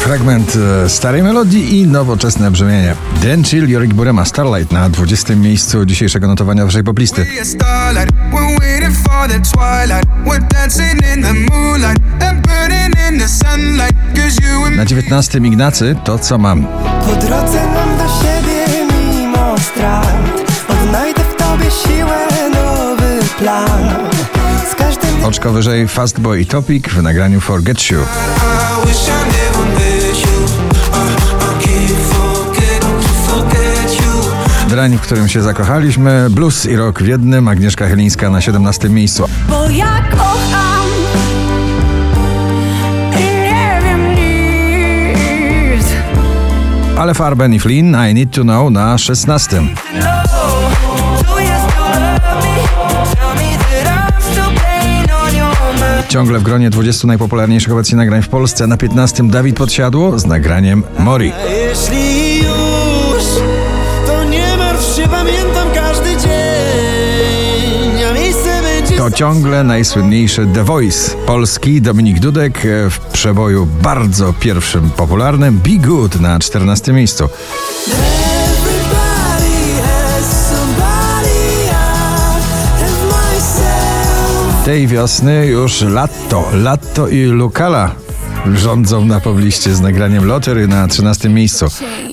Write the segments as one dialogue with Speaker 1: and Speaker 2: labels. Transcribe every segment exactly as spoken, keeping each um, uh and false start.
Speaker 1: Fragment e, starej melodii i nowoczesne brzmienie. Dan Chill, Jorik Burema, Starlight na dwudziestym miejscu dzisiejszego notowania waszej poplisty. Na dziewiętnastym Ignacy, To co mam.
Speaker 2: Po drodze mam do siebie mimo strat, odnajdę w tobie siłę, nowy plan. Z każdym
Speaker 1: Oczko wyżej Fastboy i Topic w nagraniu Forget You. Drań, w którym się zakochaliśmy, blues i rock w jednym, Agnieszka Chylińska na siedemnastym miejscu.
Speaker 3: Bo ja kocham i nie wiem nic.
Speaker 1: Ale Farben i Flynn, I Need to Know na szesnastym. Ciągle w gronie dwudziestu najpopularniejszych obecnie nagrań w Polsce. Na piętnastym Dawid Podsiadło z nagraniem Mori.
Speaker 2: jeśli już, to nie martw się, pamiętam każdy dzień, a miejsce będzie...
Speaker 1: To ciągle najsłynniejszy The Voice polski. Dominik Dudek w przeboju bardzo pierwszym popularnym Be Good na czternastym miejscu. Tej wiosny już Latto, Latto i Lukala rządzą na pobliście z nagraniem Lottery na trzynastym miejscu.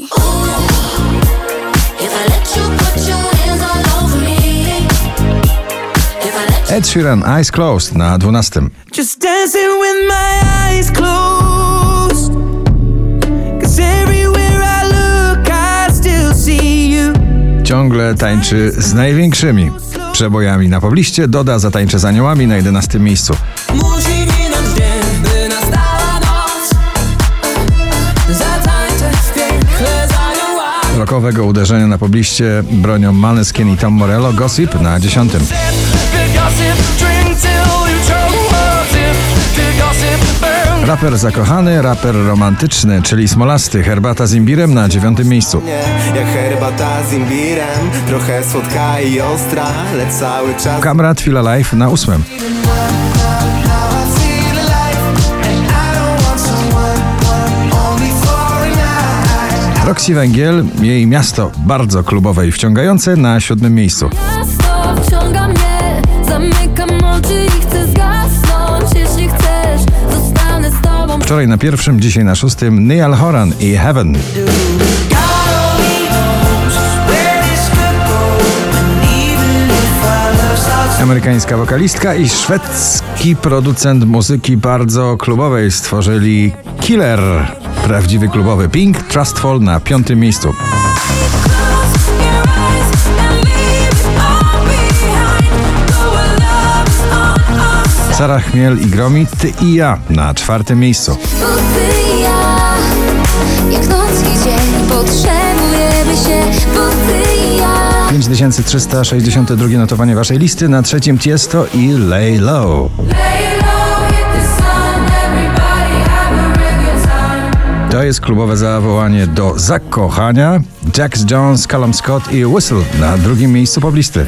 Speaker 1: Ed Sheeran, Eyes Closed na dwunastym.
Speaker 2: Just dancing with my eyes closed, 'cause everywhere I look I still see you.
Speaker 1: Ciągle tańczy z największymi przebojami na pobliście. Doda Zatańczę z aniołami na jedenastym miejscu.
Speaker 2: Musi minąć dzień, by nastała noc. Zatańczę w piekle z aniołami.
Speaker 1: Rockowego uderzenia na pobliście bronią Maneskin i Tom Morello. Gossip na dziesiątym. Raper zakochany, raper romantyczny, czyli Smolasty, Herbata z imbirem na dziewiątym miejscu.
Speaker 4: Jak herbata z imbirem, trochę słodka i ostra, lecz cały czas...
Speaker 1: Kamrat Feel Alive na ósmym. Roxy Węgiel, jej miasto bardzo klubowe i wciągające na siódmym miejscu.
Speaker 3: Miasto wciąga mnie, zamykam oczy i chcę zgasnąć. Jeśli chcesz, zostanę z tobą.
Speaker 1: Wczoraj na pierwszym, dzisiaj na szóstym Niall Horan i Heaven. Amerykańska wokalistka i szwedzki producent muzyki bardzo klubowej stworzyli Killer. Prawdziwy klubowy Pink, Trustful na piątym miejscu. Sara Chmiel i Gromi, Ty i ja na czwartym miejscu.
Speaker 3: Bo ty i ja, jak noc i dzień, potrzebujemy się. Bo ty i ja.
Speaker 1: pięć tysięcy trzysta sześćdziesiąte drugie notowanie waszej listy. Na trzecim Tiesto i Lay Low. To jest klubowe zawołanie do zakochania. Jax Jones, Callum Scott i Whistle na drugim miejscu poblisty.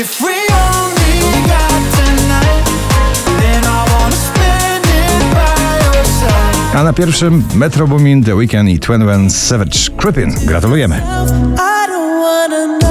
Speaker 1: A na pierwszym Metro Boomin, The Weeknd i Twenty One Savage, Creepin'. Gratulujemy.
Speaker 2: I don't wanna know.